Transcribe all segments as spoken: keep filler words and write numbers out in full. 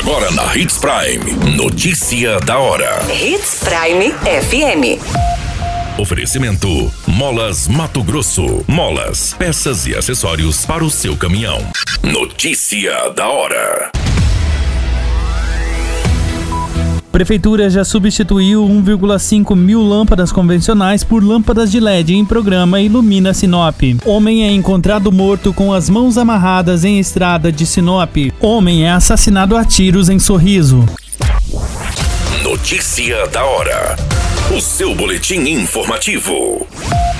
Agora na Hits Prime. Notícia da hora. Hits Prime F M. Oferecimento: Molas Mato Grosso. Molas, peças e acessórios para o seu caminhão. Notícia da hora. Prefeitura já substituiu um vírgula cinco mil lâmpadas convencionais por lâmpadas de L E D em programa Ilumina Sinop. Homem é encontrado morto com as mãos amarradas em estrada de Sinop. Homem é assassinado a tiros em Sorriso. Notícia da hora. O seu boletim informativo.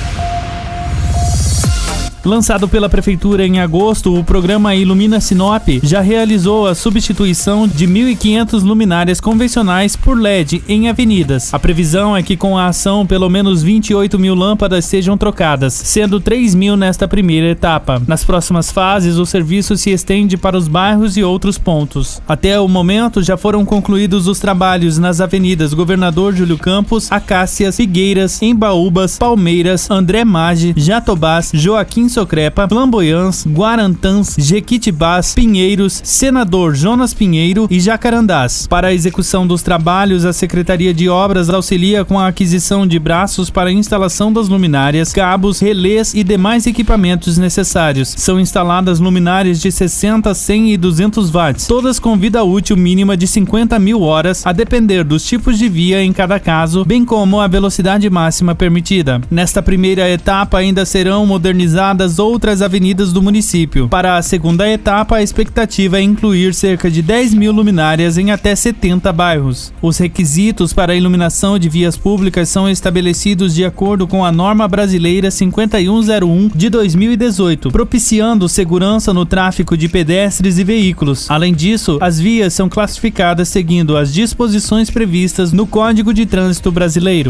Lançado pela Prefeitura em agosto, o programa Ilumina Sinop já realizou a substituição de mil e quinhentas luminárias convencionais por L E D em avenidas. A previsão é que com a ação, pelo menos vinte e oito mil lâmpadas sejam trocadas, sendo três mil nesta primeira etapa. Nas próximas fases, o serviço se estende para os bairros e outros pontos. Até o momento, já foram concluídos os trabalhos nas avenidas Governador Júlio Campos, Acácias, Figueiras, Embaúbas, Palmeiras, André Maggi, Jatobás, Joaquim Socrepa, Flamboyãs, Guarantãs, Jequitibás, Pinheiros, Senador Jonas Pinheiro e Jacarandás. Para a execução dos trabalhos, a Secretaria de Obras auxilia com a aquisição de braços para a instalação das luminárias, cabos, relés e demais equipamentos necessários. São instaladas luminárias de sessenta, cem e duzentos watts, todas com vida útil mínima de cinquenta mil horas, a depender dos tipos de via em cada caso, bem como a velocidade máxima permitida. Nesta primeira etapa ainda serão modernizadas outras avenidas do município. Para a segunda etapa, a expectativa é incluir cerca de dez mil luminárias em até setenta bairros. Os requisitos para a iluminação de vias públicas são estabelecidos de acordo com a norma brasileira cinquenta e um zero um de dois mil e dezoito, propiciando segurança no tráfego de pedestres e veículos. Além disso, as vias são classificadas seguindo as disposições previstas no Código de Trânsito Brasileiro.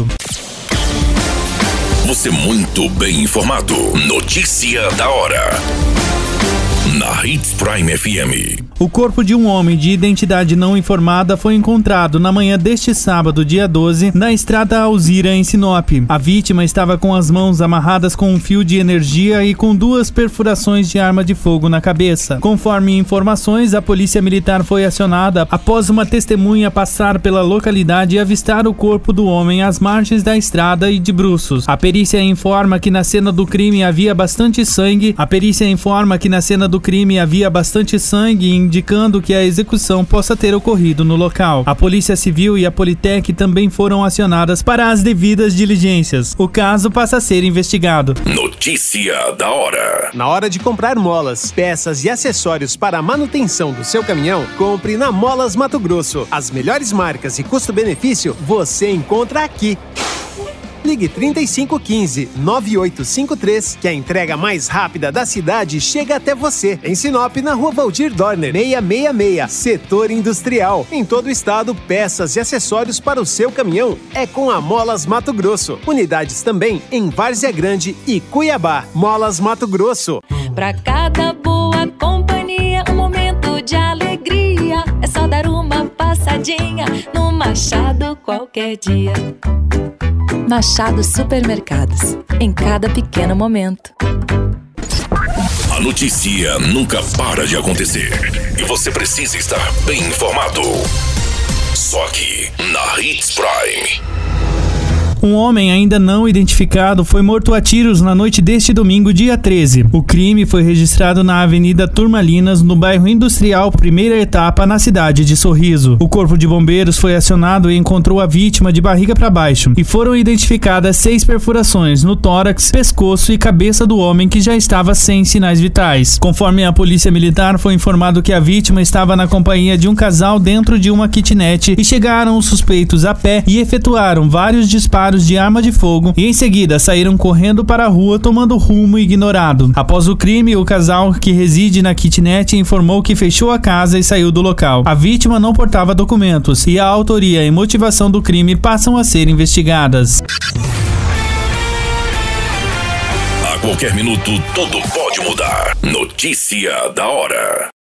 Você muito bem informado. Notícia da hora. Na Hits Prime F M. O corpo de um homem de identidade não informada foi encontrado na manhã deste sábado, dia doze, na estrada Alzira, em Sinop. A vítima estava com as mãos amarradas com um fio de energia e com duas perfurações de arma de fogo na cabeça. Conforme informações, a polícia militar foi acionada após uma testemunha passar pela localidade e avistar o corpo do homem às margens da estrada e de bruços. A perícia informa que na cena do crime havia bastante sangue. A perícia informa que na cena do crime havia bastante sangue, indicando que a execução possa ter ocorrido no local. A Polícia Civil e a Politec também foram acionadas para as devidas diligências. O caso passa a ser investigado. Notícia da hora. Na hora de comprar molas, peças e acessórios para a manutenção do seu caminhão, compre na Molas Mato Grosso. As melhores marcas e custo-benefício você encontra aqui. Ligue trinta e cinco quinze, nove oito cinco três, que a entrega mais rápida da cidade chega até você. Em Sinop, na Rua Valdir Dorner, seiscentos e sessenta e seis, Setor Industrial. Em todo o estado, peças e acessórios para o seu caminhão é com a Molas Mato Grosso. Unidades também em Várzea Grande e Cuiabá. Molas Mato Grosso. Pra cada boa companhia, um momento de alegria. É só dar uma passadinha no Machado qualquer dia. Machado Supermercados, em cada pequeno momento. A notícia nunca para de acontecer e você precisa estar bem informado. Só aqui na Hits Prime. Um homem ainda não identificado foi morto a tiros na noite deste domingo, dia treze. O crime foi registrado na Avenida Turmalinas, no bairro Industrial, primeira etapa, na cidade de Sorriso. O corpo de bombeiros foi acionado e encontrou a vítima de barriga para baixo, e foram identificadas seis perfurações no tórax, pescoço e cabeça do homem, que já estava sem sinais vitais. Conforme a polícia militar, foi informado que a vítima estava na companhia de um casal dentro de uma kitnet e chegaram os suspeitos a pé e efetuaram vários disparos de arma de fogo e em seguida saíram correndo para a rua tomando rumo ignorado. Após o crime, o casal que reside na kitnet informou que fechou a casa e saiu do local. A vítima não portava documentos e a autoria e motivação do crime passam a ser investigadas. A qualquer minuto, tudo pode mudar. Notícia da hora.